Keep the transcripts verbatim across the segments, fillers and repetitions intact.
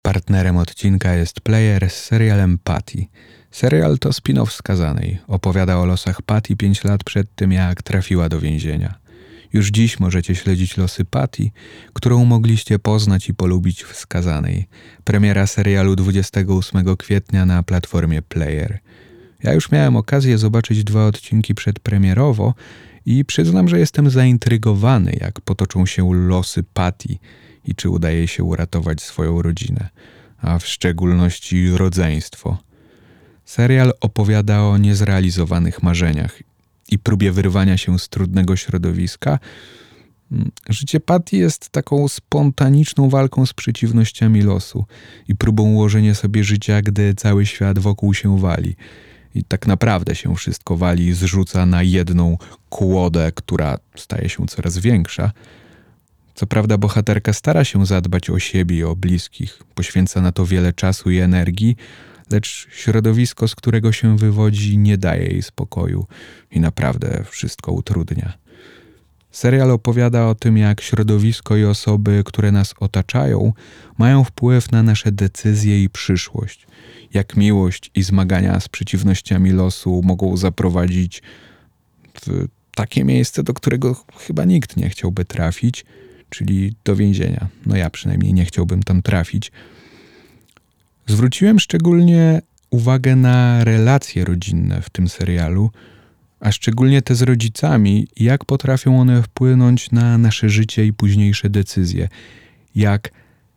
Partnerem odcinka jest Player z serialem Patty. Serial to spin-off Skazanej. Opowiada o losach Patty pięć lat przed tym, jak trafiła do więzienia. Już dziś możecie śledzić losy Patty, którą mogliście poznać i polubić w Skazanej. Premiera serialu dwudziestego ósmego kwietnia na platformie Player. Ja już miałem okazję zobaczyć dwa odcinki przedpremierowo i przyznam, że jestem zaintrygowany, jak potoczą się losy Patty i czy udaje jej się uratować swoją rodzinę, a w szczególności rodzeństwo. Serial opowiada o niezrealizowanych marzeniach i próbie wyrwania się z trudnego środowiska. Życie Patty jest taką spontaniczną walką z przeciwnościami losu i próbą ułożenia sobie życia, gdy cały świat wokół się wali. I tak naprawdę się wszystko wali i zrzuca na jedną kłodę, która staje się coraz większa. Co prawda bohaterka stara się zadbać o siebie i o bliskich, poświęca na to wiele czasu i energii, lecz środowisko, z którego się wywodzi, nie daje jej spokoju i naprawdę wszystko utrudnia. Serial opowiada o tym, jak środowisko i osoby, które nas otaczają, mają wpływ na nasze decyzje i przyszłość. Jak miłość i zmagania z przeciwnościami losu mogą zaprowadzić w takie miejsce, do którego chyba nikt nie chciałby trafić, czyli do więzienia. No ja przynajmniej nie chciałbym tam trafić. Zwróciłem szczególnie uwagę na relacje rodzinne w tym serialu, a szczególnie te z rodzicami, jak potrafią one wpłynąć na nasze życie i późniejsze decyzje. Jak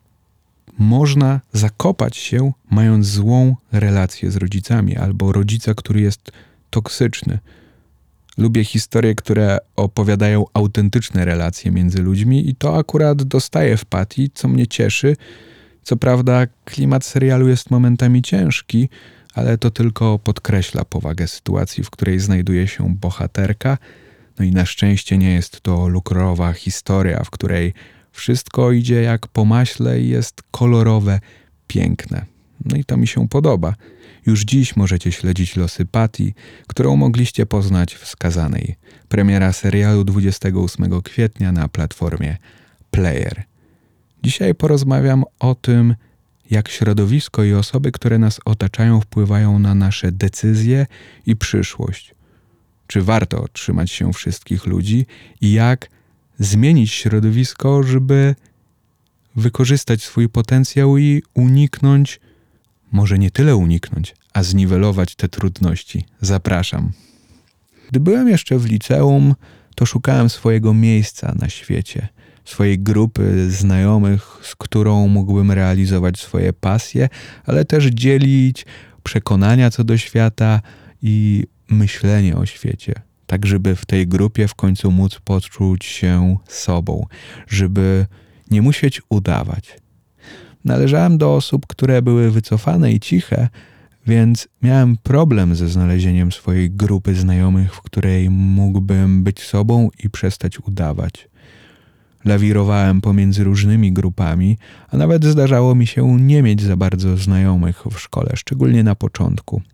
można zakopać się, mając złą relację z rodzicami, albo rodzica, który jest toksyczny. Lubię historie, które opowiadają autentyczne relacje między ludźmi i to akurat dostaję w Patty, co mnie cieszy. Co prawda klimat serialu jest momentami ciężki, ale to tylko podkreśla powagę sytuacji, w której znajduje się bohaterka. No i na szczęście nie jest to lukrowa historia, w której wszystko idzie jak po maśle i jest kolorowe, piękne. No i to mi się podoba. Już dziś możecie śledzić losy Patty, którą mogliście poznać w Skazanej. Premiera serialu dwudziestego ósmego kwietnia na platformie Player. Dzisiaj porozmawiam o tym, jak środowisko i osoby, które nas otaczają, wpływają na nasze decyzje i przyszłość. Czy warto trzymać się wszystkich ludzi i jak zmienić środowisko, żeby wykorzystać swój potencjał i uniknąć, może nie tyle uniknąć, a zniwelować te trudności. Zapraszam. Gdy byłem jeszcze w liceum, to szukałem swojego miejsca na świecie, swojej grupy znajomych, z którą mógłbym realizować swoje pasje, ale też dzielić przekonania co do świata i myślenie o świecie. Tak, żeby w tej grupie w końcu móc poczuć się sobą, żeby nie musieć udawać. Należałem do osób, które były wycofane i ciche, więc miałem problem ze znalezieniem swojej grupy znajomych, w której mógłbym być sobą i przestać udawać. Lawirowałem pomiędzy różnymi grupami, a nawet zdarzało mi się nie mieć za bardzo znajomych w szkole, szczególnie na początku.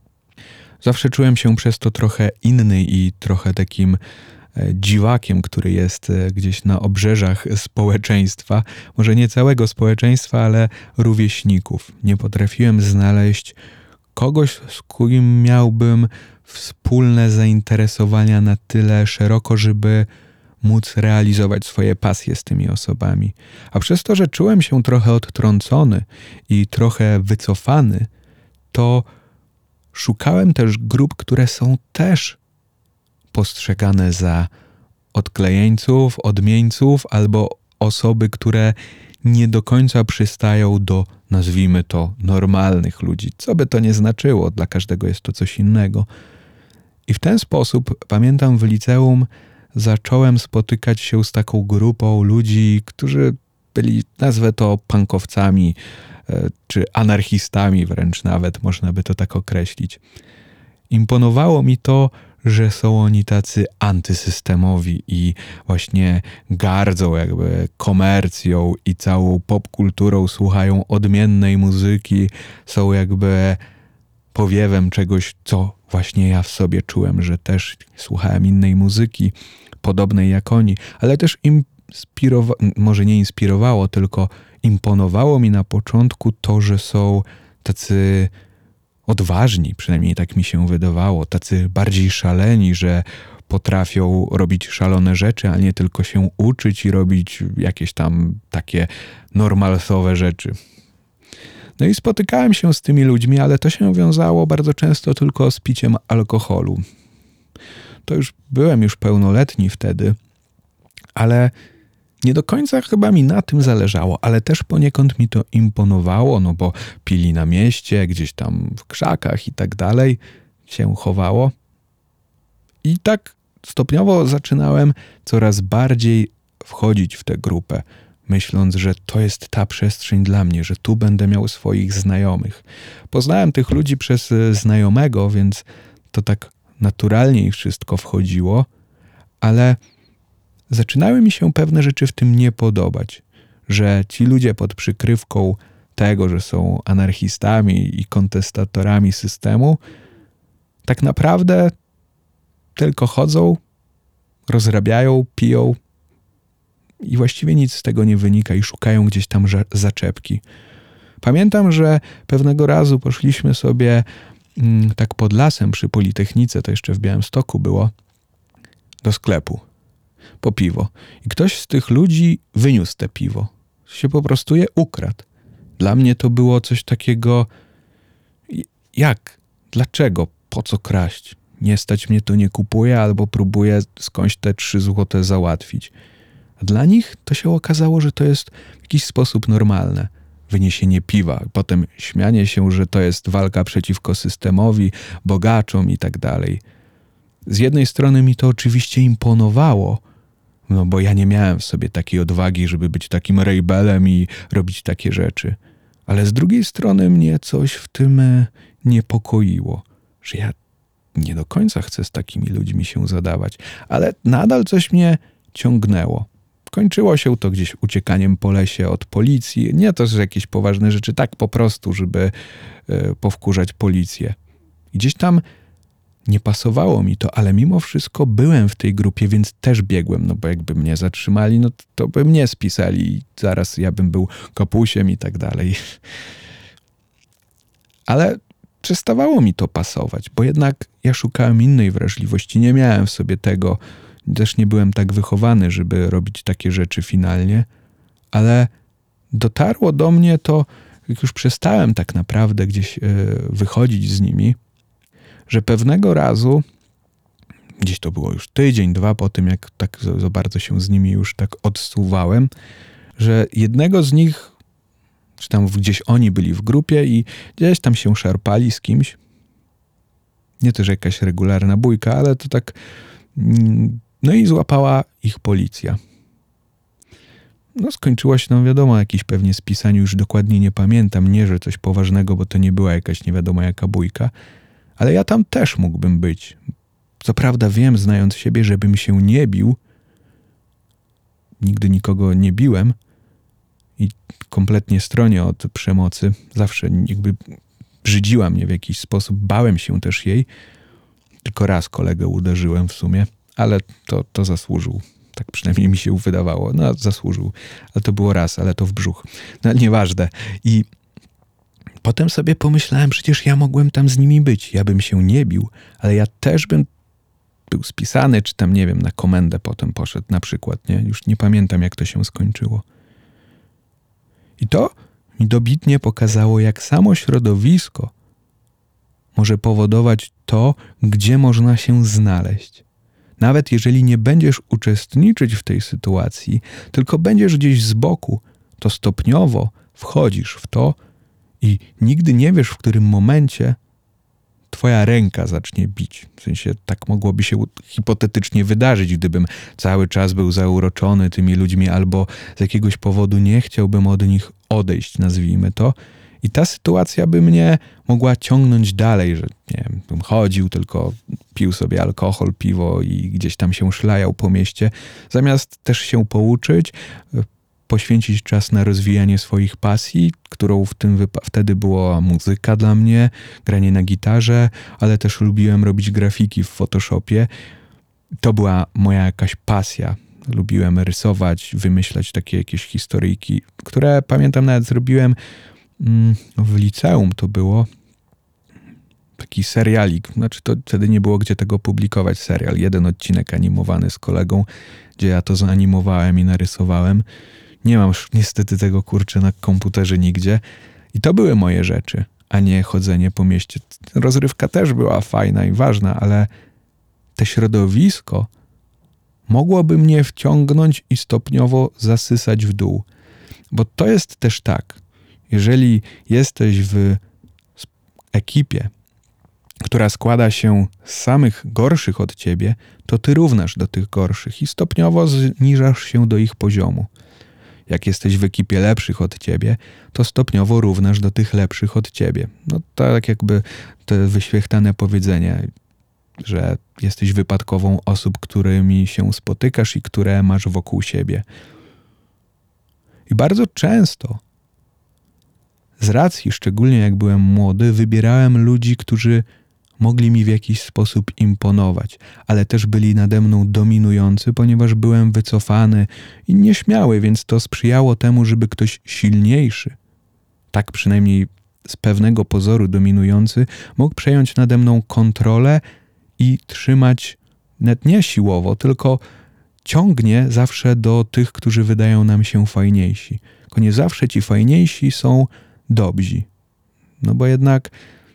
Zawsze czułem się przez to trochę inny i trochę takim dziwakiem, który jest gdzieś na obrzeżach społeczeństwa, może nie całego społeczeństwa, ale rówieśników. Nie potrafiłem znaleźć kogoś, z kim miałbym wspólne zainteresowania na tyle szeroko, żeby móc realizować swoje pasje z tymi osobami. A przez to, że czułem się trochę odtrącony i trochę wycofany, to szukałem też grup, które są też postrzegane za odklejeńców, odmieńców albo osoby, które nie do końca przystają do, nazwijmy to, normalnych ludzi. Co by to nie znaczyło, dla każdego jest to coś innego. I w ten sposób, pamiętam, w liceum zacząłem spotykać się z taką grupą ludzi, którzy byli, nazwę to, punkowcami, czy anarchistami wręcz nawet, można by to tak określić. Imponowało mi to, że są oni tacy antysystemowi i właśnie gardzą jakby komercją i całą popkulturą, słuchają odmiennej muzyki, są jakby powiewem czegoś, co właśnie ja w sobie czułem, że też słuchałem innej muzyki, podobnej jak oni, ale też im inspirowa- może nie inspirowało, tylko imponowało mi na początku to, że są tacy odważni, przynajmniej tak mi się wydawało, tacy bardziej szaleni, że potrafią robić szalone rzeczy, a nie tylko się uczyć i robić jakieś tam takie normalsowe rzeczy. No i spotykałem się z tymi ludźmi, ale to się wiązało bardzo często tylko z piciem alkoholu. To już byłem już pełnoletni wtedy, ale nie do końca chyba mi na tym zależało, ale też poniekąd mi to imponowało, no bo pili na mieście, gdzieś tam w krzakach i tak dalej się chowało. I tak stopniowo zaczynałem coraz bardziej wchodzić w tę grupę, myśląc, że to jest ta przestrzeń dla mnie, że tu będę miał swoich znajomych. Poznałem tych ludzi przez znajomego, więc to tak naturalnie wszystko wchodziło, ale zaczynały mi się pewne rzeczy w tym nie podobać, że ci ludzie pod przykrywką tego, że są anarchistami i kontestatorami systemu, tak naprawdę tylko chodzą, rozrabiają, piją i właściwie nic z tego nie wynika i szukają gdzieś tam zaczepki. Pamiętam, że pewnego razu poszliśmy sobie mm, tak pod lasem przy Politechnice, to jeszcze w Białymstoku było, do sklepu po piwo. I ktoś z tych ludzi wyniósł te piwo. Się po prostu je ukradł. Dla mnie to było coś takiego, jak? Dlaczego? Po co kraść? Nie stać mnie to, nie kupuję, albo próbuję skądś te trzy złote załatwić. A dla nich to się okazało, że to jest w jakiś sposób normalne. Wyniesienie piwa, potem śmianie się, że to jest walka przeciwko systemowi, bogaczom i tak dalej. Z jednej strony mi to oczywiście imponowało, no bo ja nie miałem w sobie takiej odwagi, żeby być takim rebelem i robić takie rzeczy. Ale z drugiej strony mnie coś w tym niepokoiło, że ja nie do końca chcę z takimi ludźmi się zadawać, ale nadal coś mnie ciągnęło. Kończyło się to gdzieś uciekaniem po lesie od policji. Nie to, że jakieś poważne rzeczy, tak po prostu, żeby y, powkurzać policję. I gdzieś tam nie pasowało mi to, ale mimo wszystko byłem w tej grupie, więc też biegłem, no bo jakby mnie zatrzymali, no to by mnie spisali i zaraz ja bym był kopusiem i tak dalej. Ale przestawało mi to pasować, bo jednak ja szukałem innej wrażliwości, nie miałem w sobie tego, też nie byłem tak wychowany, żeby robić takie rzeczy finalnie, ale dotarło do mnie to, jak już przestałem tak naprawdę gdzieś yy, wychodzić z nimi, że pewnego razu, gdzieś to było już tydzień, dwa po tym, jak tak za, za bardzo się z nimi już tak odsuwałem, że jednego z nich, czy tam gdzieś oni byli w grupie i gdzieś tam się szarpali z kimś. Nie to, że jakaś regularna bójka, ale to tak... No i złapała ich policja. No skończyło się, no wiadomo, jakieś pewnie spisaniu, już dokładnie nie pamiętam, nie, że coś poważnego, bo to nie była jakaś nie wiadomo jaka bójka, ale ja tam też mógłbym być. Co prawda wiem, znając siebie, żebym się nie bił, nigdy nikogo nie biłem i kompletnie stronię od przemocy, zawsze jakby brzydziła mnie w jakiś sposób, bałem się też jej, tylko raz kolegę uderzyłem w sumie, ale to, to zasłużył. Tak przynajmniej mi się wydawało. No, zasłużył. Ale to było raz, ale to w brzuch. No, ale nieważne. I potem sobie pomyślałem, przecież ja mogłem tam z nimi być. Ja bym się nie bił, ale ja też bym był spisany, czy tam, nie wiem, na komendę potem poszedł na przykład, nie? Już nie pamiętam, jak to się skończyło. I to mi dobitnie pokazało, jak samo środowisko może powodować to, gdzie można się znaleźć. Nawet jeżeli nie będziesz uczestniczyć w tej sytuacji, tylko będziesz gdzieś z boku, to stopniowo wchodzisz w to i nigdy nie wiesz, w którym momencie twoja ręka zacznie bić. W sensie tak mogłoby się hipotetycznie wydarzyć, gdybym cały czas był zauroczony tymi ludźmi albo z jakiegoś powodu nie chciałbym od nich odejść, nazwijmy to. I ta sytuacja by mnie mogła ciągnąć dalej, że nie wiem, bym chodził, tylko pił sobie alkohol, piwo i gdzieś tam się szlajał po mieście, zamiast też się pouczyć, poświęcić czas na rozwijanie swoich pasji, którą w tym wypa- wtedy była muzyka dla mnie, granie na gitarze, ale też lubiłem robić grafiki w Photoshopie. To była moja jakaś pasja. Lubiłem rysować, wymyślać takie jakieś historyjki, które pamiętam nawet zrobiłem mm, w liceum to było. Taki serialik, znaczy to wtedy nie było gdzie tego publikować, serial. Jeden odcinek animowany z kolegą, gdzie ja to zanimowałem i narysowałem. Nie mam już niestety tego, kurczę, na komputerze nigdzie. I to były moje rzeczy, a nie chodzenie po mieście. Rozrywka też była fajna i ważna, ale te środowisko mogłoby mnie wciągnąć i stopniowo zasysać w dół. Bo to jest też tak, jeżeli jesteś w ekipie, która składa się z samych gorszych od ciebie, to ty równasz do tych gorszych i stopniowo zniżasz się do ich poziomu. Jak jesteś w ekipie lepszych od ciebie, to stopniowo równasz do tych lepszych od ciebie. No tak jakby te wyświechtane powiedzenie, że jesteś wypadkową osób, którymi się spotykasz i które masz wokół siebie. I bardzo często, z racji, szczególnie jak byłem młody, wybierałem ludzi, którzy mogli mi w jakiś sposób imponować, ale też byli nade mną dominujący, ponieważ byłem wycofany i nieśmiały, więc to sprzyjało temu, żeby ktoś silniejszy, tak przynajmniej z pewnego pozoru dominujący, mógł przejąć nade mną kontrolę i trzymać nawet nie siłowo, tylko ciągnie zawsze do tych, którzy wydają nam się fajniejsi. Tylko nie zawsze ci fajniejsi są dobrzy. No bo jednak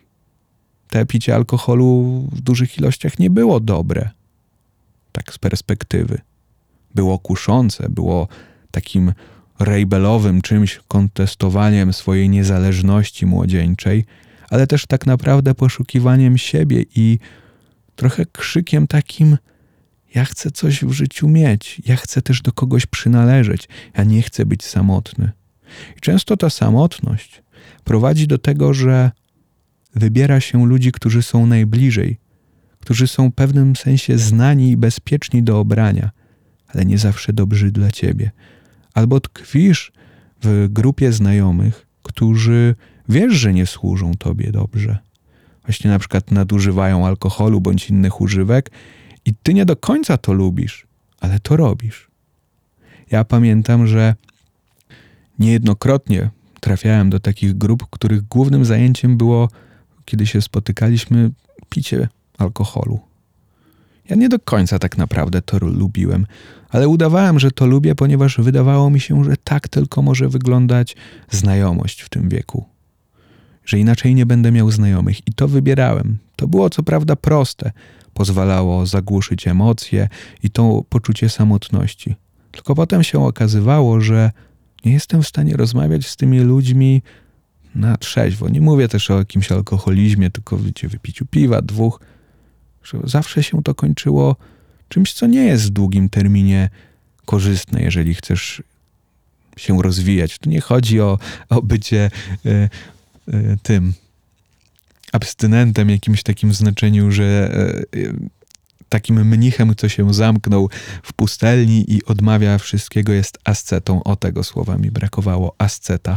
te picie alkoholu w dużych ilościach nie było dobre. Tak z perspektywy. Było kuszące, było takim rebelowym czymś, kontestowaniem swojej niezależności młodzieńczej, ale też tak naprawdę poszukiwaniem siebie i trochę krzykiem takim: ja chcę coś w życiu mieć, ja chcę też do kogoś przynależeć, ja nie chcę być samotny. I często ta samotność prowadzi do tego, że wybiera się ludzi, którzy są najbliżej, którzy są w pewnym sensie znani i bezpieczni do obrania, ale nie zawsze dobrzy dla ciebie. Albo tkwisz w grupie znajomych, którzy wiesz, że nie służą tobie dobrze. Właśnie na przykład nadużywają alkoholu bądź innych używek i ty nie do końca to lubisz, ale to robisz. Ja pamiętam, że niejednokrotnie trafiałem do takich grup, których głównym zajęciem było, kiedy się spotykaliśmy, picie alkoholu. Ja nie do końca tak naprawdę to lubiłem, ale udawałem, że to lubię, ponieważ wydawało mi się, że tak tylko może wyglądać znajomość w tym wieku. Że inaczej nie będę miał znajomych i to wybierałem. To było co prawda proste, pozwalało zagłuszyć emocje i to poczucie samotności. Tylko potem się okazywało, że nie jestem w stanie rozmawiać z tymi ludźmi na trzeźwo. Nie mówię też o jakimś alkoholizmie, tylko wiecie, wypiciu piwa, dwóch. Że zawsze się to kończyło czymś, co nie jest w długim terminie korzystne, jeżeli chcesz się rozwijać. Tu nie chodzi o, o bycie y, y, tym abstynentem, jakimś takim znaczeniu, że y, y, takim mnichem, co się zamknął w pustelni i odmawia wszystkiego, jest ascetą. O, tego słowa mi brakowało, asceta.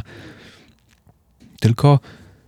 Tylko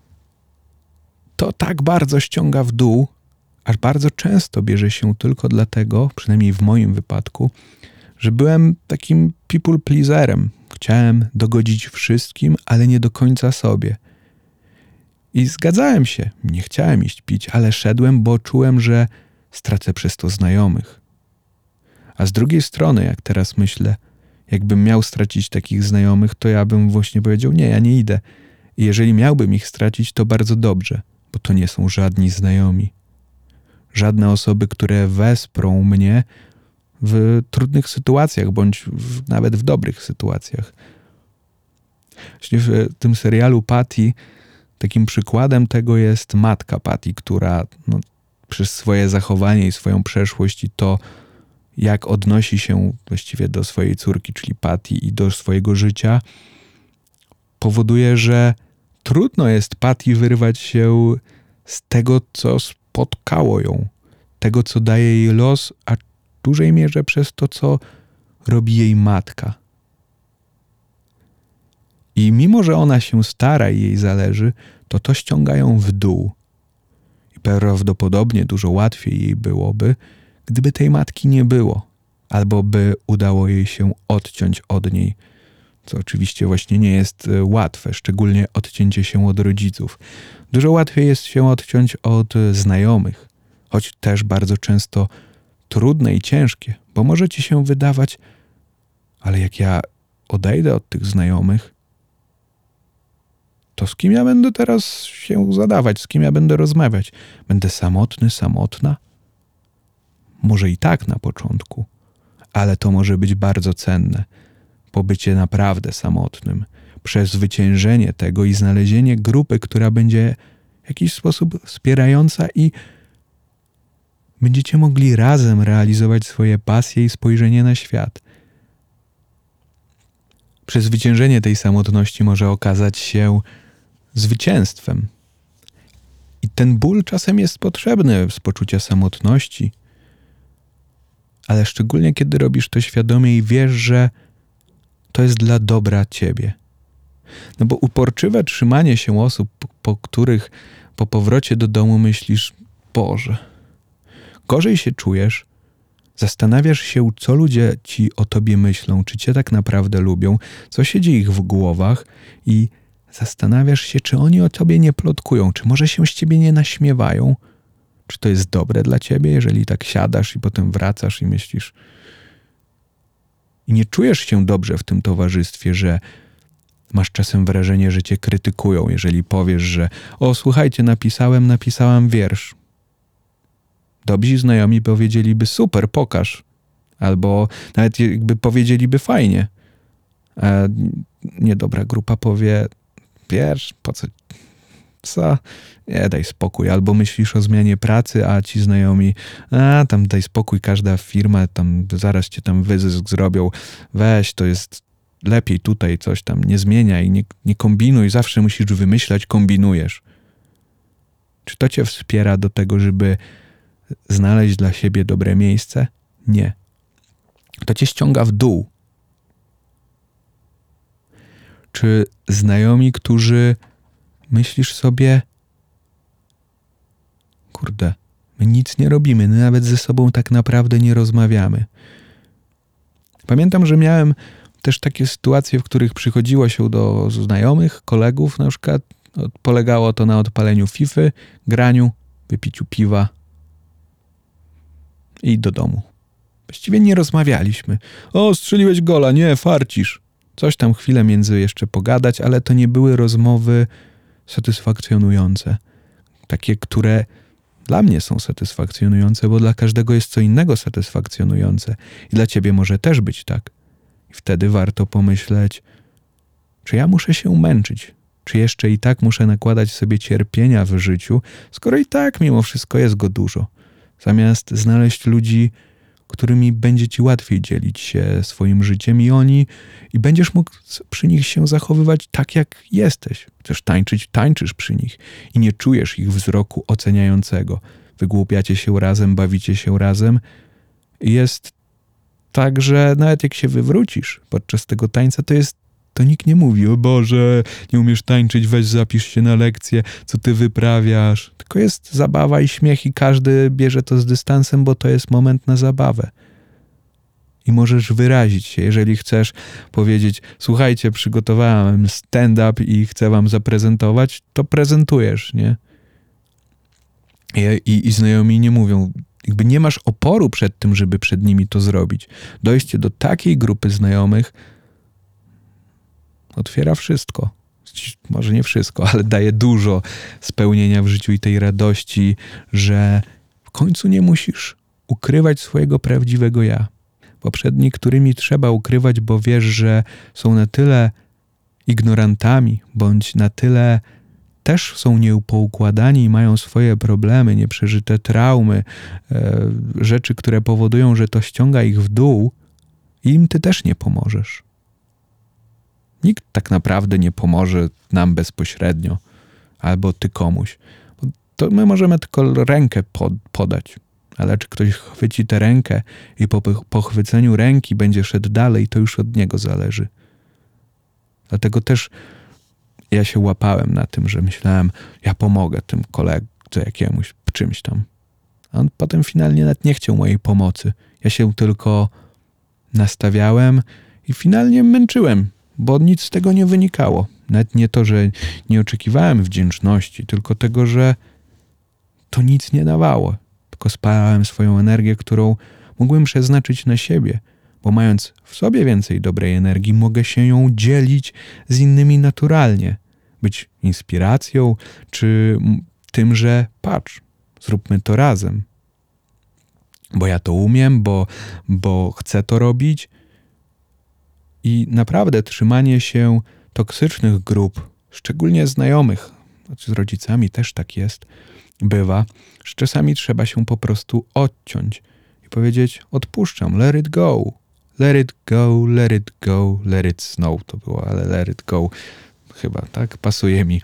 to tak bardzo ściąga w dół, aż bardzo często bierze się tylko dlatego, przynajmniej w moim wypadku, że byłem takim people pleaserem. Chciałem dogodzić wszystkim, ale nie do końca sobie. I zgadzałem się, nie chciałem iść pić, ale szedłem, bo czułem, że stracę przez to znajomych. A z drugiej strony, jak teraz myślę, jakbym miał stracić takich znajomych, to ja bym właśnie powiedział: nie, ja nie idę. I jeżeli miałbym ich stracić, to bardzo dobrze, bo to nie są żadni znajomi. Żadne osoby, które wesprą mnie w trudnych sytuacjach, bądź w, nawet w dobrych sytuacjach. Właśnie w tym serialu Patty takim przykładem tego jest matka Patty, która no, przez swoje zachowanie i swoją przeszłość i to, jak odnosi się właściwie do swojej córki, czyli Patty, i do swojego życia, powoduje, że trudno jest Patty wyrwać się z tego, co spotkało ją, tego, co daje jej los, a w dużej mierze przez to, co robi jej matka. I mimo, że ona się stara i jej zależy, to to ściąga ją w dół. I prawdopodobnie dużo łatwiej jej byłoby, gdyby tej matki nie było. albo by udało jej się odciąć od niej, co oczywiście właśnie nie jest łatwe, szczególnie odcięcie się od rodziców. Dużo łatwiej jest się odciąć od znajomych, choć też bardzo często trudne i ciężkie, bo może ci się wydawać, ale jak ja odejdę od tych znajomych, to z kim ja będę teraz się zadawać, z kim ja będę rozmawiać? Będę samotny, samotna? Może i tak na początku, ale to może być bardzo cenne. Pobycie naprawdę samotnym, przezwyciężenie tego i znalezienie grupy, która będzie w jakiś sposób wspierająca i będziecie mogli razem realizować swoje pasje i spojrzenie na świat. Przezwyciężenie tej samotności może okazać się zwycięstwem. I ten ból czasem jest potrzebny z poczucia samotności, ale szczególnie kiedy robisz to świadomie i wiesz, że to jest dla dobra ciebie. No bo uporczywe trzymanie się osób, po, po których po powrocie do domu myślisz, Boże, gorzej się czujesz, zastanawiasz się, co ludzie ci o tobie myślą, czy cię tak naprawdę lubią, co siedzi ich w głowach i zastanawiasz się, czy oni o tobie nie plotkują, czy może się z ciebie nie naśmiewają, czy to jest dobre dla ciebie, jeżeli tak siadasz i potem wracasz i myślisz i nie czujesz się dobrze w tym towarzystwie, że masz czasem wrażenie, że cię krytykują, jeżeli powiesz, że o, słuchajcie, napisałem, napisałam wiersz. Dobrzy znajomi powiedzieliby, super, pokaż. Albo nawet jakby powiedzieliby fajnie. A niedobra grupa powie, wiersz, po co? Co? Nie, daj spokój. Albo myślisz o zmianie pracy, a ci znajomi, a tam daj spokój, każda firma, tam zaraz cię tam wyzysk zrobią. Weź, to jest lepiej tutaj coś tam, nie zmieniaj, nie, nie kombinuj, zawsze musisz wymyślać, kombinujesz. Czy to cię wspiera do tego, żeby znaleźć dla siebie dobre miejsce? Nie. To cię ściąga w dół. Czy znajomi, którzy myślisz sobie, kurde, my nic nie robimy, my nawet ze sobą tak naprawdę nie rozmawiamy. Pamiętam, że miałem też takie sytuacje, w których przychodziło się do znajomych, kolegów, na przykład polegało to na odpaleniu fify, graniu, wypiciu piwa i do domu. Właściwie nie rozmawialiśmy. O, strzeliłeś gola, nie, farcisz. Coś tam chwilę między jeszcze pogadać, ale to nie były rozmowy satysfakcjonujące. Takie, które dla mnie są satysfakcjonujące, bo dla każdego jest co innego satysfakcjonujące. I dla ciebie może też być tak. I wtedy warto pomyśleć, czy ja muszę się męczyć? Czy jeszcze i tak muszę nakładać sobie cierpienia w życiu, skoro i tak mimo wszystko jest go dużo? Zamiast znaleźć ludzi, którymi będzie ci łatwiej dzielić się swoim życiem i oni, i będziesz mógł przy nich się zachowywać tak, jak jesteś. Chcesz tańczyć, tańczysz przy nich i nie czujesz ich wzroku oceniającego. Wygłupiacie się razem, bawicie się razem i jest tak, że nawet jak się wywrócisz podczas tego tańca, to jest to nikt nie mówi, o Boże, nie umiesz tańczyć, weź zapisz się na lekcję, co ty wyprawiasz. Tylko jest zabawa i śmiech i każdy bierze to z dystansem, bo to jest moment na zabawę. I możesz wyrazić się, jeżeli chcesz powiedzieć, słuchajcie, przygotowałem stand-up i chcę wam zaprezentować, to prezentujesz, nie? I, i, i znajomi nie mówią, jakby nie masz oporu przed tym, żeby przed nimi to zrobić. Dojście do takiej grupy znajomych otwiera wszystko. Może nie wszystko, ale daje dużo spełnienia w życiu i tej radości, że w końcu nie musisz ukrywać swojego prawdziwego ja. Bo przed niektórymi trzeba ukrywać, bo wiesz, że są na tyle ignorantami, bądź na tyle też są niepoukładani i mają swoje problemy, nieprzeżyte traumy, e, rzeczy, które powodują, że to ściąga ich w dół i im ty też nie pomożesz. Nikt tak naprawdę nie pomoże nam bezpośrednio, albo ty komuś. Bo to my możemy tylko rękę pod, podać, ale czy ktoś chwyci tę rękę i po pochwyceniu ręki będzie szedł dalej, to już od niego zależy. Dlatego też ja się łapałem na tym, że myślałem, ja pomogę tym koledze jakiemuś czymś tam. A on potem finalnie nawet nie chciał mojej pomocy. Ja się tylko nastawiałem i finalnie męczyłem, bo nic z tego nie wynikało. Nawet nie to, że nie oczekiwałem wdzięczności, tylko tego, że to nic nie dawało. Tylko spalałem swoją energię, którą mógłbym przeznaczyć na siebie, bo mając w sobie więcej dobrej energii, mogę się ją dzielić z innymi naturalnie. Być inspiracją, czy tym, że patrz, zróbmy to razem. Bo ja to umiem, bo, bo chcę to robić. I naprawdę trzymanie się toksycznych grup, szczególnie znajomych, znaczy z rodzicami też tak jest, bywa, że czasami trzeba się po prostu odciąć i powiedzieć: odpuszczam, let it go, let it go, let it go, let it snow to było, ale let it go chyba, tak? Pasuje mi.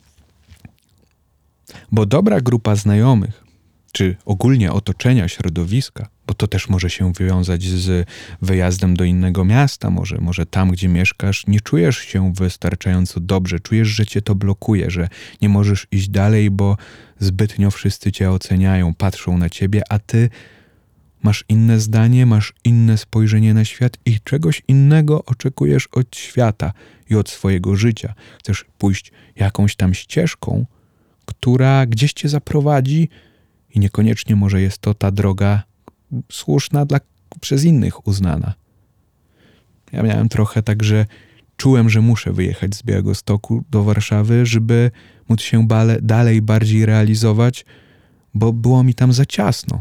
Bo dobra grupa znajomych, czy ogólnie otoczenia, środowiska, bo to też może się wiązać z wyjazdem do innego miasta, może, może tam, gdzie mieszkasz, nie czujesz się wystarczająco dobrze, czujesz, że cię to blokuje, że nie możesz iść dalej, bo zbytnio wszyscy cię oceniają, patrzą na ciebie, a ty masz inne zdanie, masz inne spojrzenie na świat i czegoś innego oczekujesz od świata i od swojego życia. Chcesz pójść jakąś tam ścieżką, która gdzieś cię zaprowadzi i niekoniecznie może jest to ta droga słuszna dla, przez innych uznana. Ja miałem trochę tak, że czułem, że muszę wyjechać z Białegostoku do Warszawy, żeby móc się bale, dalej bardziej realizować, bo było mi tam za ciasno.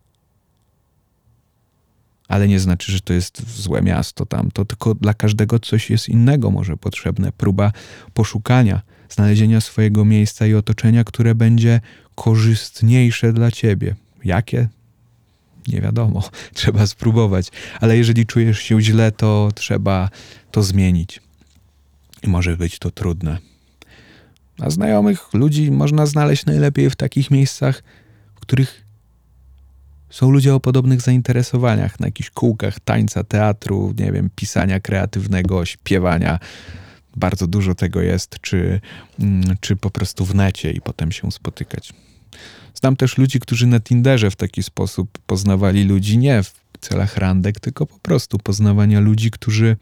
Ale nie znaczy, że to jest złe miasto tam, to tylko dla każdego coś jest innego może potrzebne. Próba poszukania, znalezienia swojego miejsca i otoczenia, które będzie korzystniejsze dla ciebie. Jakie? Nie wiadomo, trzeba spróbować. Ale jeżeli czujesz się źle, to trzeba to zmienić. I może być to trudne. A znajomych ludzi można znaleźć najlepiej w takich miejscach, w których są ludzie o podobnych zainteresowaniach, na jakichś kółkach tańca, teatru, nie wiem, pisania kreatywnego, śpiewania. Bardzo dużo tego jest, czy, czy po prostu w necie i potem się spotykać. Znam też ludzi, którzy na Tinderze w taki sposób poznawali ludzi, nie w celach randek, tylko po prostu poznawania ludzi, którzy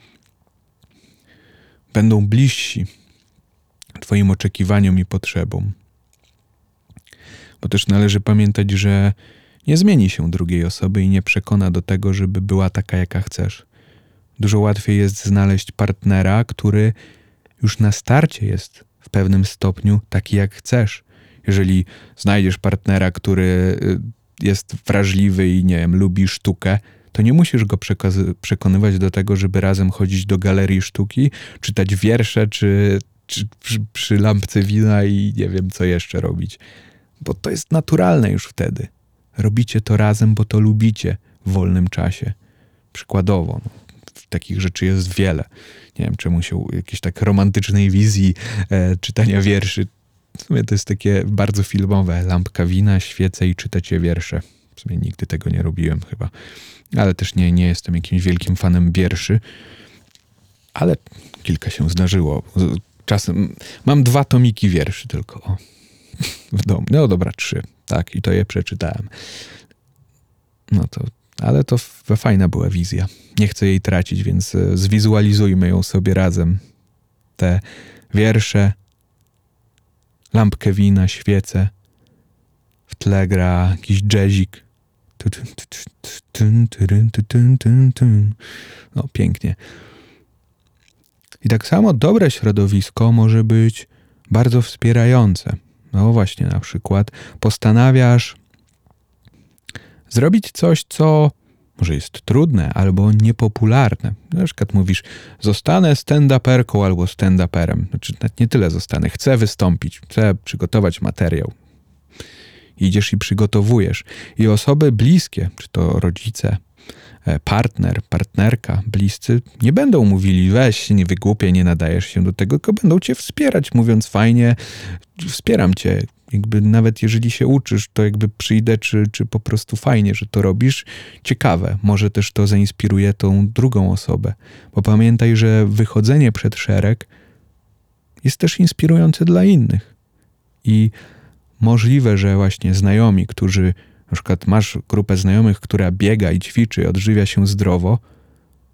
będą bliżsi twoim oczekiwaniom i potrzebom. Bo też należy pamiętać, że nie zmieni się drugiej osoby i nie przekona do tego, żeby była taka, jaka chcesz. Dużo łatwiej jest znaleźć partnera, który już na starcie jest w pewnym stopniu taki, jak chcesz. Jeżeli znajdziesz partnera, który jest wrażliwy i nie wiem, lubi sztukę, to nie musisz go przekaz- przekonywać do tego, żeby razem chodzić do galerii sztuki, czytać wiersze, czy, czy przy, przy lampce wina i nie wiem, co jeszcze robić. Bo to jest naturalne już wtedy. Robicie to razem, bo to lubicie w wolnym czasie. Przykładowo, no, takich rzeczy jest wiele. Nie wiem, czemu się jakiejś tak romantycznej wizji e, czytania wierszy. W sumie to jest takie bardzo filmowe. Lampka wina, świece i czytacie wiersze. W sumie nigdy tego nie robiłem chyba. Ale też nie, nie jestem jakimś wielkim fanem wierszy. Ale kilka się zdarzyło. Czasem mam dwa tomiki wierszy tylko. O. W domu. No dobra, trzy. Tak, i to je przeczytałem. No to, ale to fajna była wizja. Nie chcę jej tracić, więc zwizualizujmy ją sobie razem. Te wiersze, lampkę wina, świece, w tle gra jakiś jazzik. No pięknie. I tak samo dobre środowisko może być bardzo wspierające. No właśnie, na przykład postanawiasz zrobić coś, co może jest trudne albo niepopularne. Na przykład mówisz, zostanę stand-uperką albo stand-uperem. Znaczy nawet nie tyle zostanę, chcę wystąpić, chcę przygotować materiał. Idziesz i przygotowujesz. I osoby bliskie, czy to rodzice, partner, partnerka, bliscy, nie będą mówili, weź, nie wygłupiaj, nie nadajesz się do tego, tylko będą cię wspierać, mówiąc fajnie, wspieram cię. Jakby nawet jeżeli się uczysz, to jakby przyjdę, czy, czy po prostu fajnie, że to robisz. Ciekawe, może też to zainspiruje tą drugą osobę. Bo pamiętaj, że wychodzenie przed szereg jest też inspirujące dla innych. I możliwe, że właśnie znajomi, którzy, na przykład masz grupę znajomych, która biega i ćwiczy, odżywia się zdrowo,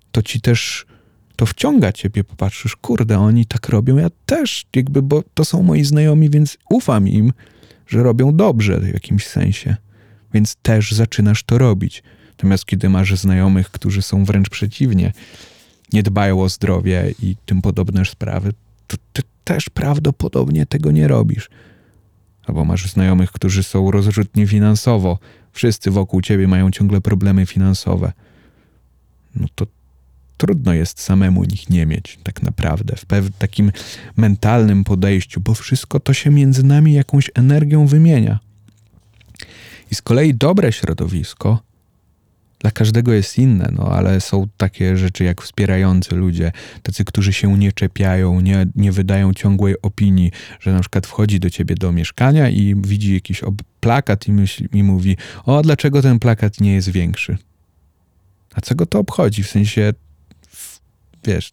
to ci też, to wciąga ciebie, popatrzysz, kurde, oni tak robią, ja też, jakby, bo to są moi znajomi, więc ufam im, że robią dobrze w jakimś sensie, więc też zaczynasz to robić. Natomiast kiedy masz znajomych, którzy są wręcz przeciwnie, nie dbają o zdrowie i tym podobne sprawy, to ty też prawdopodobnie tego nie robisz. Albo masz znajomych, którzy są rozrzutni finansowo, wszyscy wokół ciebie mają ciągle problemy finansowe. No to trudno jest samemu ich nie mieć tak naprawdę, w pewnym takim mentalnym podejściu, bo wszystko to się między nami jakąś energią wymienia. I z kolei dobre środowisko dla każdego jest inne, no ale są takie rzeczy jak wspierający ludzie, tacy, którzy się nie czepiają, nie, nie wydają ciągłej opinii, że na przykład wchodzi do ciebie do mieszkania i widzi jakiś ob- plakat i, myśli, i mówi, o, dlaczego ten plakat nie jest większy? A co go to obchodzi? W sensie, wiesz,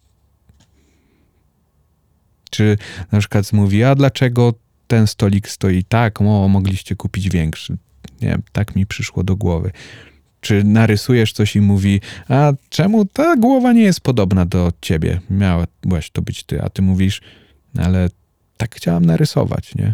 czy na przykład mówi, a dlaczego ten stolik stoi tak, o, mogliście kupić większy. Nie wiem, tak mi przyszło do głowy. Czy narysujesz coś i mówi, a czemu ta głowa nie jest podobna do ciebie? Miałaś to być ty, a ty mówisz, ale tak chciałam narysować, nie?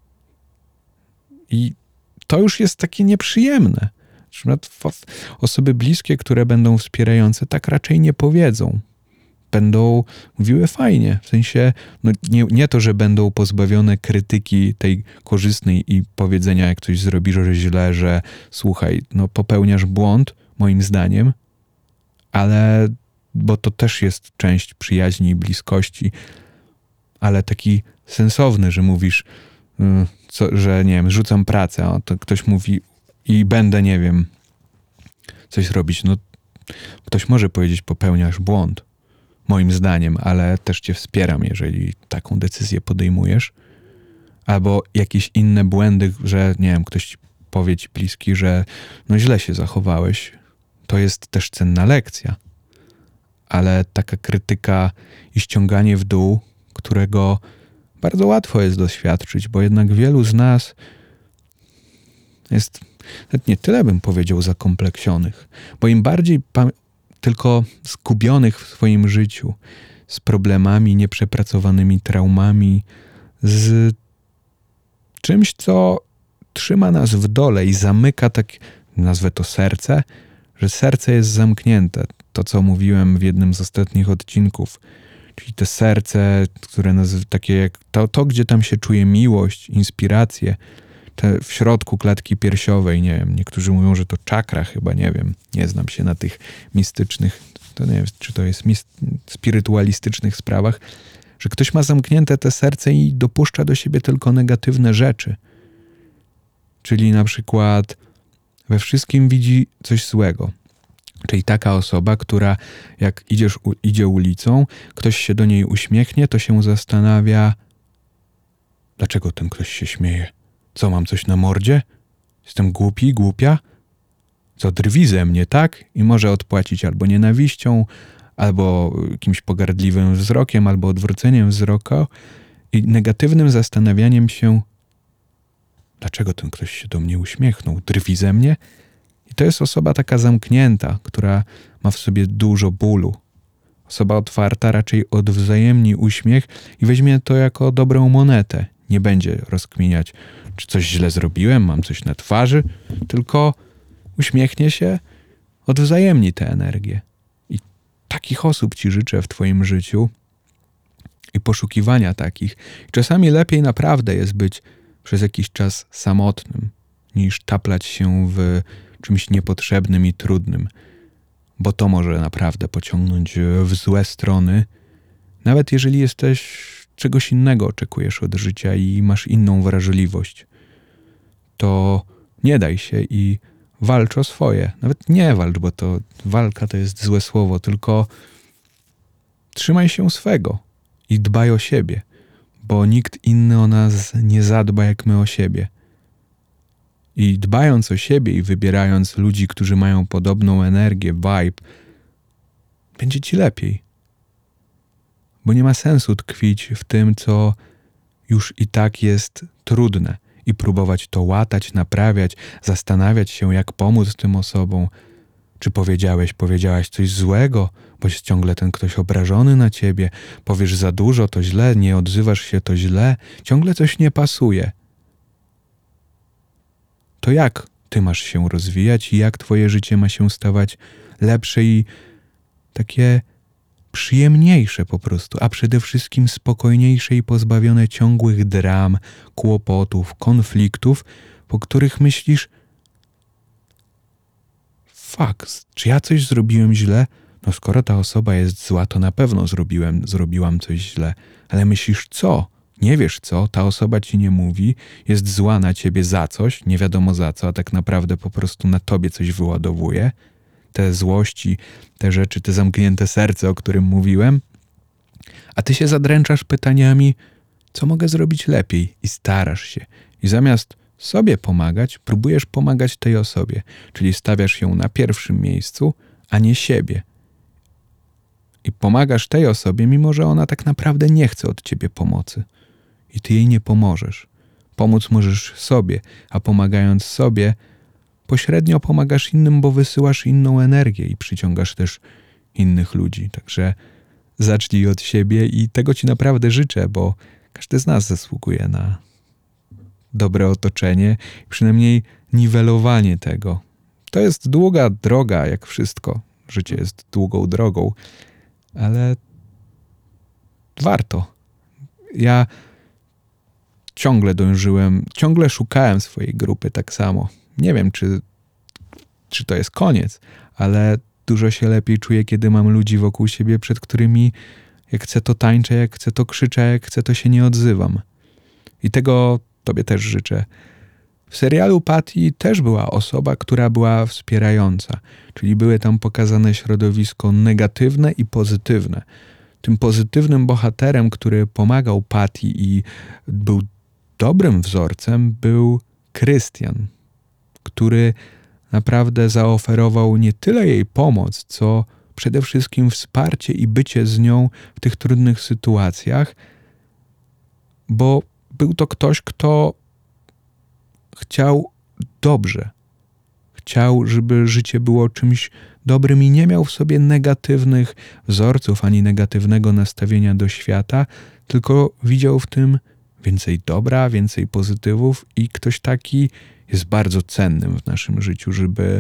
I to już jest takie nieprzyjemne. Osoby bliskie, które będą wspierające, tak raczej nie powiedzą. Będą mówiły fajnie, w sensie no nie, nie to, że będą pozbawione krytyki tej korzystnej i powiedzenia, jak coś zrobisz że źle, że słuchaj, no popełniasz błąd, moim zdaniem, ale, bo to też jest część przyjaźni i bliskości, ale taki sensowny, że mówisz, co, że nie wiem, rzucam pracę, a to ktoś mówi i będę, nie wiem, coś robić, no ktoś może powiedzieć, popełniasz błąd, moim zdaniem, ale też cię wspieram, jeżeli taką decyzję podejmujesz. Albo jakieś inne błędy, że nie wiem, ktoś ci powie ci bliski, że no źle się zachowałeś. To jest też cenna lekcja. Ale taka krytyka i ściąganie w dół, którego bardzo łatwo jest doświadczyć, bo jednak wielu z nas jest, nawet nie tyle bym powiedział, zakompleksionych, bo im bardziej pa- tylko zgubionych w swoim życiu, z problemami, nieprzepracowanymi traumami, z czymś, co trzyma nas w dole i zamyka, tak nazwę to serce, że serce jest zamknięte. To, co mówiłem w jednym z ostatnich odcinków, czyli to serce, które nazw- takie jak to, to, gdzie tam się czuje miłość, inspirację, te w środku klatki piersiowej, nie wiem, niektórzy mówią, że to czakra chyba, nie wiem, nie znam się na tych mistycznych, to nie wiem, czy to jest mist- spirytualistycznych sprawach, że ktoś ma zamknięte te serce i dopuszcza do siebie tylko negatywne rzeczy. Czyli na przykład we wszystkim widzi coś złego. Czyli taka osoba, która jak idziesz, u, idzie ulicą, ktoś się do niej uśmiechnie, to się zastanawia, dlaczego ten ktoś się śmieje? Co, mam coś na mordzie? Jestem głupi, głupia? Co, drwi ze mnie, tak? I może odpłacić albo nienawiścią, albo jakimś pogardliwym wzrokiem, albo odwróceniem wzroku i negatywnym zastanawianiem się, dlaczego ten ktoś się do mnie uśmiechnął? Drwi ze mnie? I to jest osoba taka zamknięta, która ma w sobie dużo bólu. Osoba otwarta raczej odwzajemni uśmiech i weźmie to jako dobrą monetę. Nie będzie rozkminiać, czy coś źle zrobiłem, mam coś na twarzy, tylko uśmiechnie się, odwzajemni tę energię. I takich osób ci życzę w twoim życiu i poszukiwania takich. Czasami lepiej naprawdę jest być przez jakiś czas samotnym, niż taplać się w czymś niepotrzebnym i trudnym, bo to może naprawdę pociągnąć w złe strony, nawet jeżeli jesteś czegoś innego oczekujesz od życia i masz inną wrażliwość, to nie daj się i walcz o swoje. Nawet nie walcz, bo to walka to jest złe słowo, tylko trzymaj się swego i dbaj o siebie, bo nikt inny o nas nie zadba jak my o siebie. I dbając o siebie i wybierając ludzi, którzy mają podobną energię, vibe, będzie ci lepiej. Bo nie ma sensu tkwić w tym, co już i tak jest trudne i próbować to łatać, naprawiać, zastanawiać się, jak pomóc tym osobom. Czy powiedziałeś, powiedziałaś coś złego, bo jest ciągle ten ktoś obrażony na ciebie, powiesz za dużo, to źle, nie odzywasz się, to źle, ciągle coś nie pasuje. To jak ty masz się rozwijać i jak twoje życie ma się stawać lepsze i takie przyjemniejsze po prostu, a przede wszystkim spokojniejsze i pozbawione ciągłych dram, kłopotów, konfliktów, po których myślisz: fuck, czy ja coś zrobiłem źle? No skoro ta osoba jest zła, to na pewno zrobiłem, zrobiłam coś źle. Ale myślisz co? Nie wiesz co, ta osoba ci nie mówi, jest zła na ciebie za coś, nie wiadomo za co, a tak naprawdę po prostu na tobie coś wyładowuje. Te złości, te rzeczy, te zamknięte serce, o którym mówiłem. A ty się zadręczasz pytaniami, co mogę zrobić lepiej, i starasz się. I zamiast sobie pomagać, próbujesz pomagać tej osobie, czyli stawiasz ją na pierwszym miejscu, a nie siebie. I pomagasz tej osobie, mimo że ona tak naprawdę nie chce od ciebie pomocy. I ty jej nie pomożesz. Pomóc możesz sobie, a pomagając sobie, pośrednio pomagasz innym, bo wysyłasz inną energię i przyciągasz też innych ludzi. Także zacznij od siebie i tego ci naprawdę życzę, bo każdy z nas zasługuje na dobre otoczenie, przynajmniej niwelowanie tego. To jest długa droga, jak wszystko. Życie jest długą drogą, ale warto. Ja ciągle dążyłem, ciągle szukałem swojej grupy tak samo. Nie wiem, czy, czy to jest koniec, ale dużo się lepiej czuję, kiedy mam ludzi wokół siebie, przed którymi jak chcę to tańczę, jak chcę to krzyczę, jak chcę to się nie odzywam. I tego tobie też życzę. W serialu Patty też była osoba, która była wspierająca, czyli były tam pokazane środowisko negatywne i pozytywne. Tym pozytywnym bohaterem, który pomagał Patty i był dobrym wzorcem, był Krystian, który naprawdę zaoferował nie tyle jej pomoc, co przede wszystkim wsparcie i bycie z nią w tych trudnych sytuacjach, bo był to ktoś, kto chciał dobrze. Chciał, żeby życie było czymś dobrym i nie miał w sobie negatywnych wzorców ani negatywnego nastawienia do świata, tylko widział w tym więcej dobra, więcej pozytywów i ktoś taki jest bardzo cennym w naszym życiu, żeby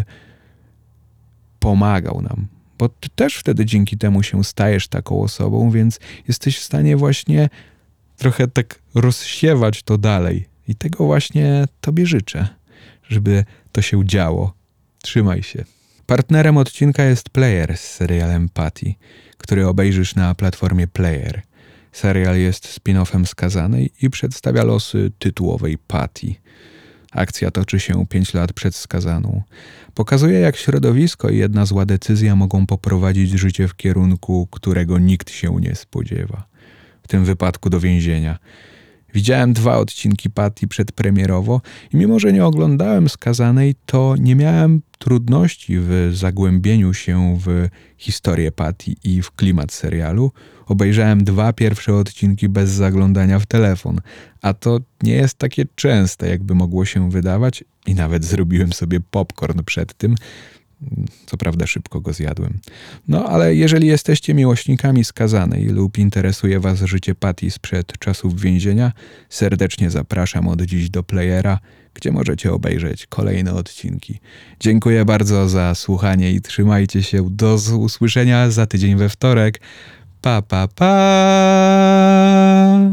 pomagał nam. Bo ty też wtedy dzięki temu się stajesz taką osobą, więc jesteś w stanie właśnie trochę tak rozsiewać to dalej. I tego właśnie tobie życzę, żeby to się działo. Trzymaj się. Partnerem odcinka jest Player z serialem Patty, który obejrzysz na platformie Player. Serial jest spin-offem Skazanej i przedstawia losy tytułowej Patty. Akcja toczy się pięć lat przed Skazaną. Pokazuje, jak środowisko i jedna zła decyzja mogą poprowadzić życie w kierunku, którego nikt się nie spodziewa. W tym wypadku do więzienia. Widziałem dwa odcinki Patty przedpremierowo i mimo, że nie oglądałem Skazanej, to nie miałem trudności w zagłębieniu się w historię Patty i w klimat serialu. Obejrzałem dwa pierwsze odcinki bez zaglądania w telefon, a to nie jest takie częste, jakby mogło się wydawać, i nawet zrobiłem sobie popcorn przed tym. Co prawda szybko go zjadłem. No ale jeżeli jesteście miłośnikami Skazanej lub interesuje was życie Patty sprzed czasów więzienia, serdecznie zapraszam od dziś do Playera, gdzie możecie obejrzeć kolejne odcinki. Dziękuję bardzo za słuchanie i trzymajcie się. Do usłyszenia za tydzień we wtorek. Pa, pa, pa!